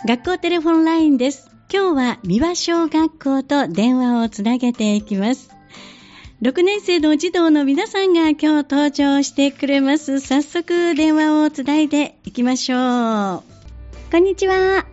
学校テレフォンラインです。今日は三輪小学校と電話をつなげていきます。6年生の児童の皆さんが今日登場してくれます。早速電話をつないでいきましょう。こんにちは。 はい、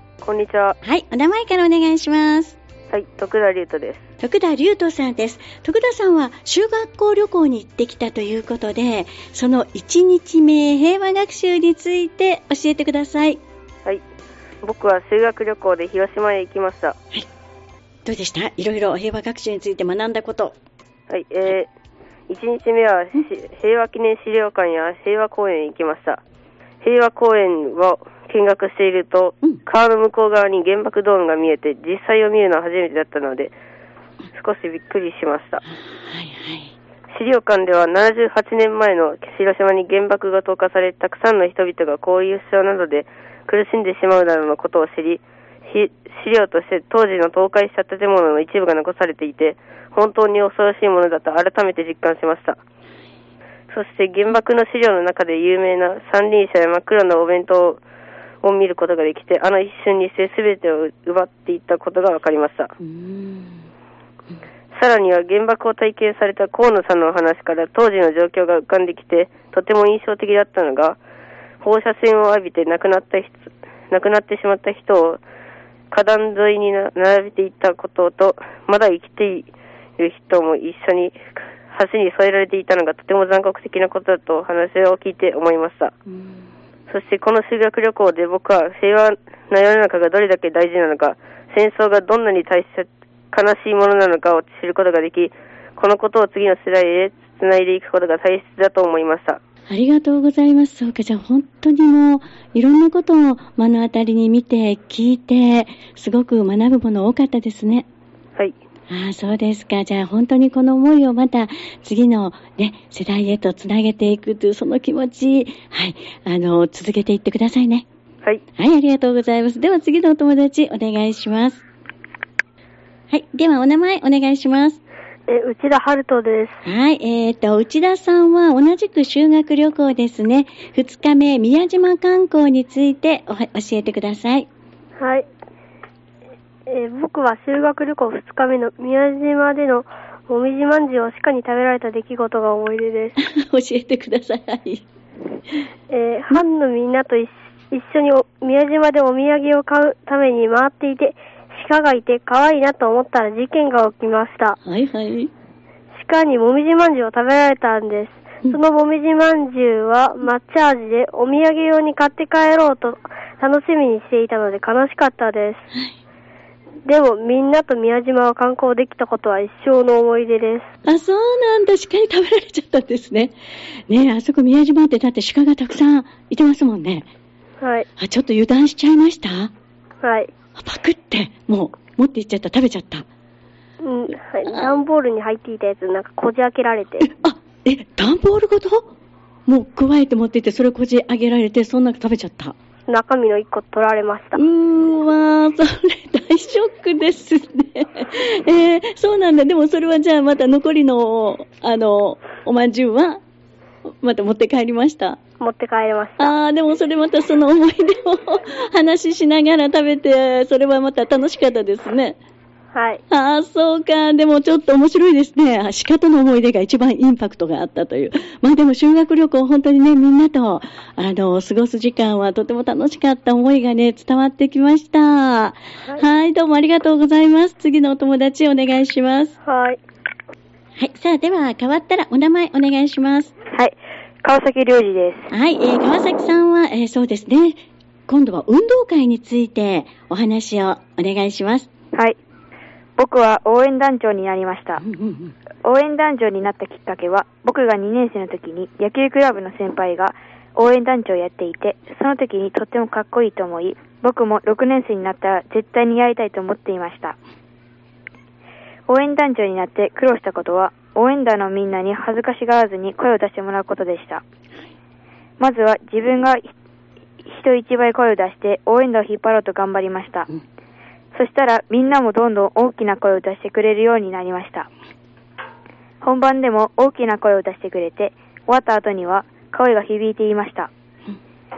こんにちは。 はい、お名前からお願いします。 はい、徳田龍斗です。 徳田龍斗さんです。徳田さんは修学校旅行に行ってきたということで、その1日目平和学習について教えてください。 はい、僕は修学旅行で広島へ行きました。はい、 どうでした？いろいろ平和学習について学んだこと。 はい、1日目は平和記念資料館や平和公園へ行きました。平和公園を見学していると、川の向こう側に原爆ドームが見えて、実際を見るのは初めてだったので少しびっくりしました。はいはい、資料館では78年前の広島に原爆が投下され、たくさんの人々がこういう症などで苦しんでしまうなどのことを知り、資料として当時の倒壊した建物の一部が残されていて、本当に恐ろしいものだと改めて実感しました。そして原爆の資料の中で有名な三輪車や真っ黒なお弁当を見ることができて、あの一瞬にして全てを奪っていったことが分かりました。さらには原爆を体験された河野さんのお話から当時の状況が浮かんできて、とても印象的だったのが、放射線を浴びて亡くなってしまった人を花壇沿いに並べていったことと、まだ生きている人も一緒に橋に添えられていたのがとても残酷的なことだと話を聞いて思いました。そしてこの修学旅行で僕は平和な世の中がどれだけ大事なのか、戦争がどんなに悲しいものなのかを知ることができ、このことを次の世代へつないでいくことが大切だと思いました。 ありがとうございます。そうか、じゃあ本当にもういろんなことを目の当たりに見て聞いて、すごく学ぶもの多かったですね。 はい。 ああ、そうですか。じゃあ本当にこの思いをまた次のね、世代へとつなげていくというその気持ち、はい、続けていってくださいね。 はい。 はい、ありがとうございます。では次のお友達お願いします。はい、ではお名前お願いします。 内田春人です。 はい、内田さんは同じく修学旅行ですね。2日目、宮島観光について教えてください。 はい。僕は修学旅行2日目の宮島でのもみじまんじゅうを鹿に食べられた出来事が思い出です。 教えてください。 班のみんなと一緒に宮島でお土産を買うために回っていて、鹿がいて可愛いなと思ったら事件が起きました。 はいはい。 鹿にもみじまんじゅうを食べられたんです。そのもみじまんじゅうは抹茶味でお土産用に買って帰ろうと楽しみにしていたので悲しかったです。でもみんなと宮島を観光できたことは一生の思い出です。 あ、そうなんだ。鹿に食べられちゃったんですね。ねえ、あそこ宮島ってだって鹿がたくさんいてますもんね。 はい。 あ、ちょっと油断しちゃいました？ はい。 パクってもう持っていっちゃった、食べちゃった。 はい。段ボールに入っていたやつなんかこじ開けられて。 段ボールごともう加えて持っていって、それこじ開けられて、そんなの食べちゃった。 中身の1個取られました。 それ大ショックですね。そうなんだ。でもそれはじゃあまた残りのおまんじゅうはまた持って帰りました。 持って帰りました。 でもそれまたその思い出を話しながら食べて、それはまた楽しかったですね。 はい。 そうか。でもちょっと面白いですね。鹿との思い出が一番インパクトがあったという。でも修学旅行本当にね、みんなと過ごす時間はとても楽しかった思いがね、伝わってきました。はい、どうもありがとうございます。次のお友達お願いします。 はい。 はい、さあでは変わったらお名前お願いします。 はい。川崎良二です。 はい、川崎さんは、そうですね。今度は運動会についてお話をお願いします。 はい。僕は応援団長になりました。応援団長になったきっかけは、僕が2年生の時に野球クラブの先輩が応援団長をやっていて、その時にとってもかっこいいと思い、僕も6年生になったら絶対にやりたいと思っていました。応援団長になって苦労したことは、応援団のみんなに恥ずかしがらずに声を出してもらうことでした。まずは自分が人一倍声を出して応援団を引っ張ろうと頑張りました。そしたらみんなもどんどん大きな声を出してくれるようになりました。本番でも大きな声を出してくれて、終わった後には声が響いていました。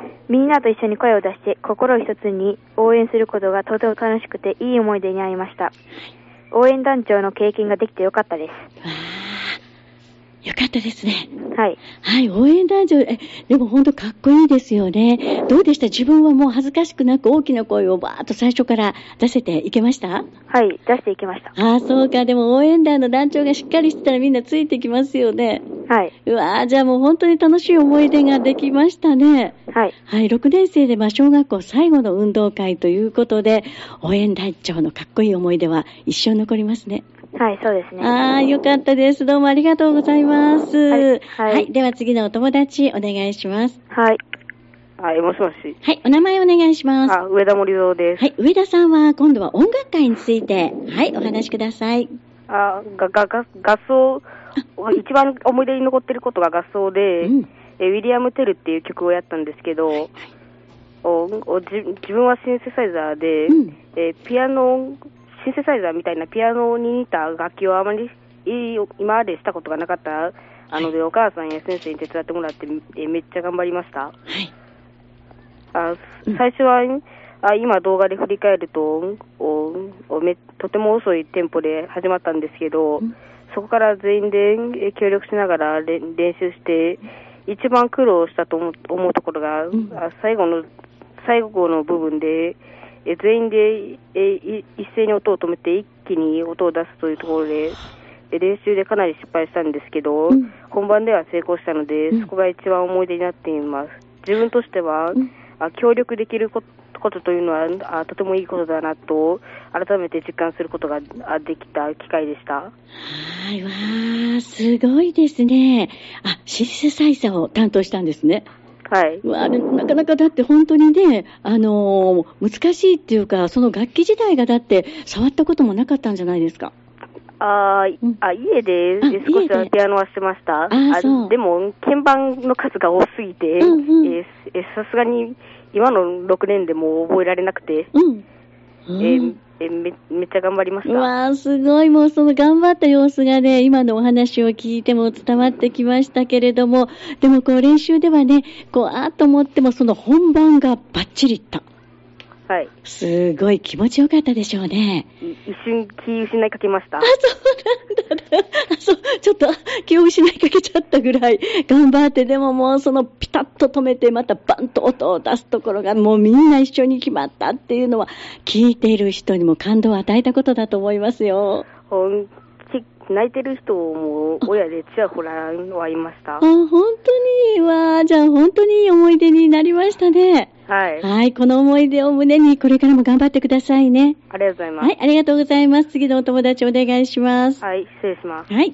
みんなと一緒に声を出して心を一つに応援することがとても楽しくていい思い出になりました。応援団長の経験ができてよかったです。 よかったですね。 はい。 はい、応援団長、でも本当かっこいいですよね。どうでした？自分はもう恥ずかしくなく大きな声をバーッと最初から出せていけました？ はい、出していきました。 そうか。でも応援団の団長がしっかりしてたらみんなついてきますよね。 はい。 じゃあもう本当に楽しい思い出ができましたね。 はい。 はい、6年生で小学校最後の運動会ということで、応援団長のかっこいい思い出は一生残りますね。 はい、そうですね。 よかったです。どうもありがとうございます。 はい。 では次のお友達お願いします。 はい。はい、もしもし。 はい、お名前お願いします。 上田森蔵です。 はい、上田さんは今度は音楽会について、はい、お話しください。 合奏、一番思い出に残ってることが合奏で、ウィリアム・テルっていう曲をやったんですけど、自分はシンセサイザーで、シンセサイザーみたいなピアノに似た楽器をあまり今までしたことがなかったので、お母さんや先生に手伝ってもらってめっちゃ頑張りました。はい。最初は今動画で振り返るととても遅いテンポで始まったんですけど、そこから全員で協力しながら練習して、一番苦労したと思うところが、最後の部分で全員で一斉に音を止めて一気に音を出すというところで練習でかなり失敗したんですけど、本番では成功したので、そこが一番思い出になっています。自分としては、協力できることというのはとてもいいことだなと改めて実感することができた機会でした。 はい、すごいですね。シンセサイザーを担当したんですね。 はい。 なかなかだって本当にね、難しいっていうか、その楽器自体がだって触ったこともなかったんじゃないですか。 家で少しはピアノはしてました。でも鍵盤の数が多すぎて、さすがに今の6年でも覚えられなくて、めっちゃ頑張りました。 すごい。もうその頑張った様子がね、今のお話を聞いても伝わってきましたけれども、でも練習ではね、と思ってもその本番がバッチリいった。 はい。 すごい気持ちよかったでしょうね。 一瞬気失いかけました。 そうなんだ。ちょっと気を失いかけちゃったぐらい頑張って、でももうそのピタッと止めてまたバンと音を出すところがもうみんな一緒に決まったっていうのは、聞いている人にも感動を与えたことだと思いますよ。 泣いてる人も親でちらほらはいました。 本当にじゃあ本当にいい思い出になりましたね。 はい。 はい、この思い出を胸にこれからも頑張ってくださいね。 ありがとうございます。 はい、ありがとうございます。次のお友達お願いします。 はい、失礼します。 はい。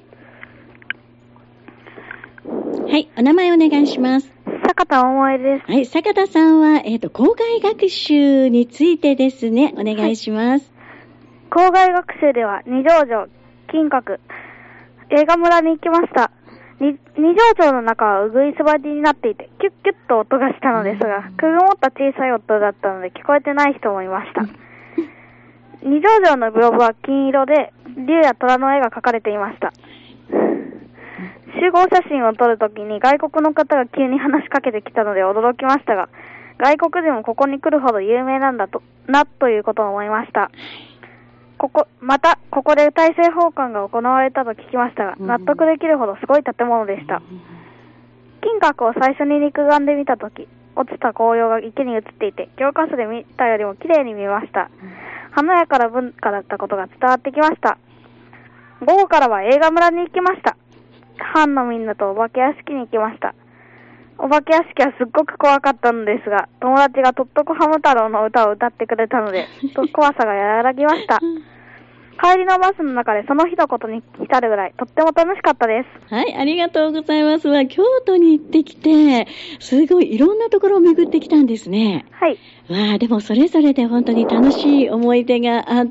はい、お名前お願いします。 坂田桃江です。 はい、坂田さんは、校外学習についてですね、お願いします。 校外学習では二条城、金閣、映画村に行きました。二条城の中はうぐいす張りになっていて、キュッキュッと音がしたのですが、くぐもった小さい音だったので聞こえてない人もいました。二条城の屏風は金色で、竜や虎の絵が描かれていました。集合写真を撮るときに外国の方が急に話しかけてきたので驚きましたが、外国人もここに来るほど有名なんだということを思いました。また、ここで大政奉還が行われたと聞きましたが、納得できるほどすごい建物でした。金閣を最初に肉眼で見たとき、落ちた紅葉が池に映っていて、教科書で見たよりも綺麗に見えました。華やかな文化だったことが伝わってきました。午後からは映画村に行きました。藩のみんなとお化け屋敷に行きました。お化け屋敷はすっごく怖かったのですが、友達がとっとこハム太郎の歌を歌ってくれたので、怖さが和らぎました。帰りのバスの中でその日のことに浸るぐらい、とっても楽しかったです。 はい、ありがとうございます。京都に行ってきて、すごいいろんなところを巡ってきたんですね。 はい。 でもそれぞれで本当に楽しい思い出があって、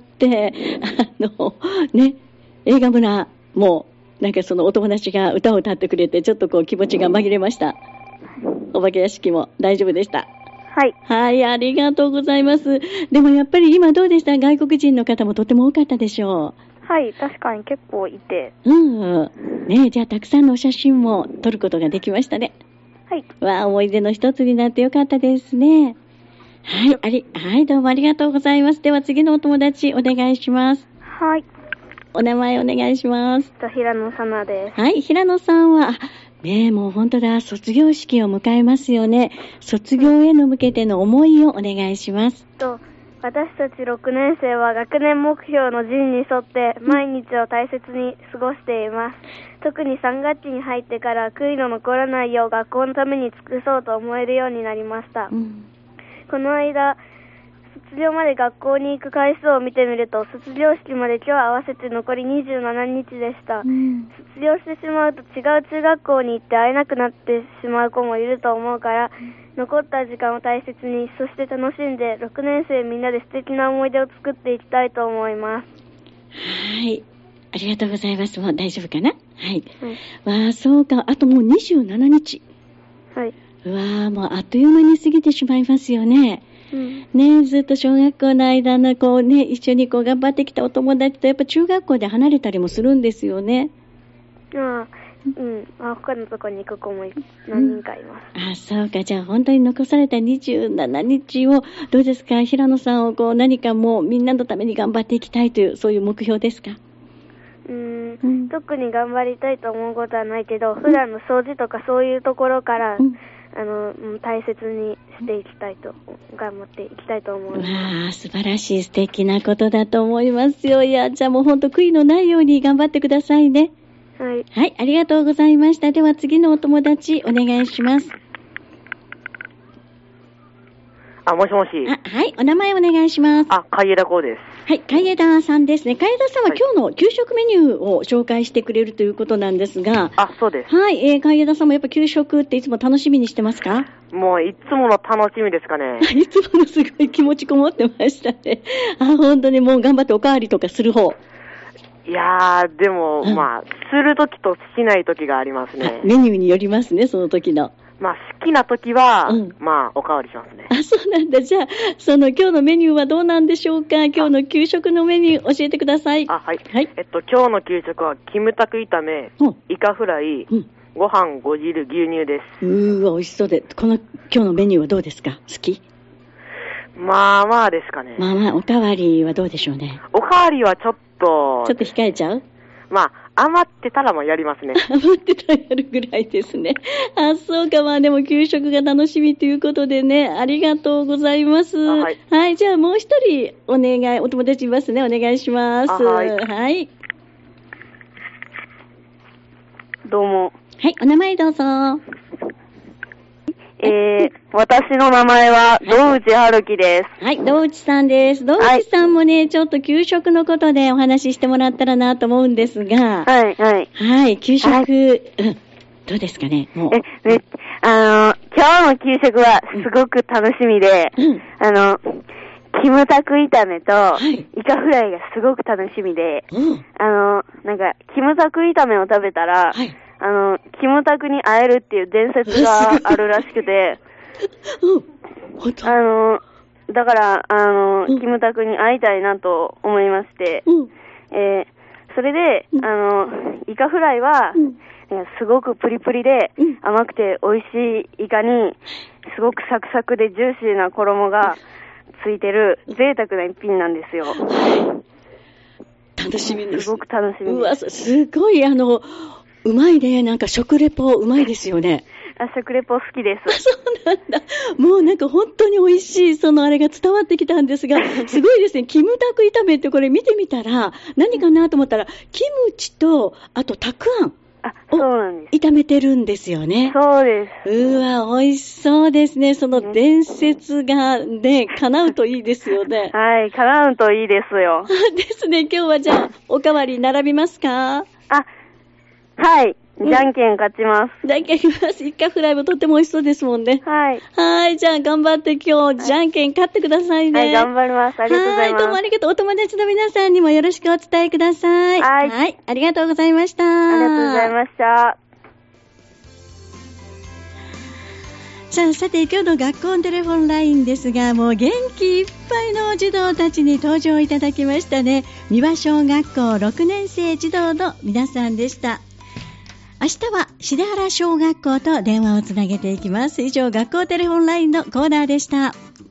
映画村も、そのお友達が歌を歌ってくれて、ちょっと気持ちが紛れました。お化け屋敷も大丈夫でした。 はい。 はい、ありがとうございます。でもやっぱり今どうでした？外国人の方もとても多かったでしょう。はい、確かに結構いて。 じゃあたくさんのお写真も撮ることができましたね。 はい。 わあ、思い出の一つになってよかったですね。はい、どうもありがとうございます。では次のお友達お願いします。 はい。 お名前お願いします。 平野さなです。 はい、平野さんは、ねえ、もう本当だ、卒業式を迎えますよね。卒業への向けての思いをお願いします。 私たち6年生は学年目標の陣に沿って毎日を大切に過ごしています。特に3学期に入ってから悔いの残らないよう学校のために尽くそうと思えるようになりました。この間、卒業まで学校に行く回数を見てみると、卒業式まで今日合わせて残り27日でした。卒業してしまうと違う中学校に行って会えなくなってしまう子もいると思うから、残った時間を大切に、そして楽しんで6年生みんなで素敵な思い出を作っていきたいと思います。 はい、ありがとうございます。もう大丈夫かな。はい、わあ、そうか、あともう27日。 はい。 うわあ、もうあっという間に過ぎてしまいますよね。ね、ずっと小学校の間のこうね、一緒にこう頑張ってきたお友達とやっぱ中学校で離れたりもするんですよね。 他のとこに行く子も何人かいます。 そうか。じゃあ本当に残された27日をどうですか、平野さんをこう何かもうみんなのために頑張っていきたいというそういう目標ですか？ 特に頑張りたいと思うことはないけど、普段の掃除とかそういうところから、大切にしていきたいと、頑張っていきたいと思います。 素晴らしい素敵なことだと思いますよ。いや、じゃあもう本当悔いのないように頑張ってくださいね。 はい。 はい、ありがとうございました。では次のお友達お願いします。 もしもし。 はい、お名前お願いします。 海江田光です。 はい、海江田さんですね。海江田さんは今日の給食メニューを紹介してくれるということなんですが。 そうです。 はい、海江田さんもやっぱ給食っていつも楽しみにしてますか？ もういつもの楽しみですかね。 いつものすごい気持ちこもってましたね。本当にもう頑張っておかわりとかする方。 いやー、でも、するときとしないときがありますね。 メニューによりますね、その時の。 好きなときは、おかわりしますね。 そうなんだ。じゃあ、今日のメニューはどうなんでしょうか？今日の給食のメニュー教えてください。 はい。今日の給食は、キムタク炒め、イカフライ、ご飯、ご汁、牛乳です。 美味しそうで。今日のメニューはどうですか？好き？ ですかね。 おかわりはどうでしょうね。 おかわりはちょっと控えちゃう？ 余ってたらもうやりますね。 余ってたらやるぐらいですね。そうか。でも給食が楽しみということでね、ありがとうございます。はい。じゃあもう一人お願い、お友達いますね。お願いします。はい。 どうも。 はい、お名前どうぞ。 私の名前は、道内春樹です。 はい、道内さんです。道内さんもね、ちょっと給食のことでお話ししてもらったらなと思うんですが。はい、給食、どうですかね、もう。 今日の給食はすごく楽しみで、キムタク炒めと、イカフライがすごく楽しみで、キムタク炒めを食べたら、キムタクに会えるっていう伝説があるらしくて、だから、キムタクに会いたいなと思いまして、それで、イカフライは、すごくプリプリで甘くて美味しいイカに、すごくサクサクでジューシーな衣がついてる贅沢な一品なんですよ。 楽しみです。 すごく楽しみです。 すごい、うまいね。なんか食レポうまいですよね。 食レポ好きです。 そうなんだ。もうなんか本当に美味しい、あれが伝わってきたんですが、すごいですね。キムタク炒めってこれ見てみたら、何かなと思ったら、キムチと、あとたくあん。 そうなんです。 炒めてるんですよね。 そうです。 美味しそうですね。その伝説がね、叶うといいですよね。 はい、叶うといいですよ。 ですね。今日はじゃあ、おかわり並びますか？ はい。じゃんけん勝ちます。 じゃんけん勝ちます。イカフライもとっても美味しそうですもんね。 はい。 じゃあ頑張って今日、じゃんけん勝ってくださいね。 はい、頑張ります。ありがとうございます。 どうもありがとう。お友達の皆さんにもよろしくお伝えください。はい。ありがとうございました。 ありがとうございました。 さて今日の学校テレフォンラインですが、もう元気いっぱいの児童たちに登場いただきましたね。三輪小学校6年生児童の皆さんでした。 明日は白原小学校と電話をつなげていきます。以上、学校テレホンラインのコーナーでした。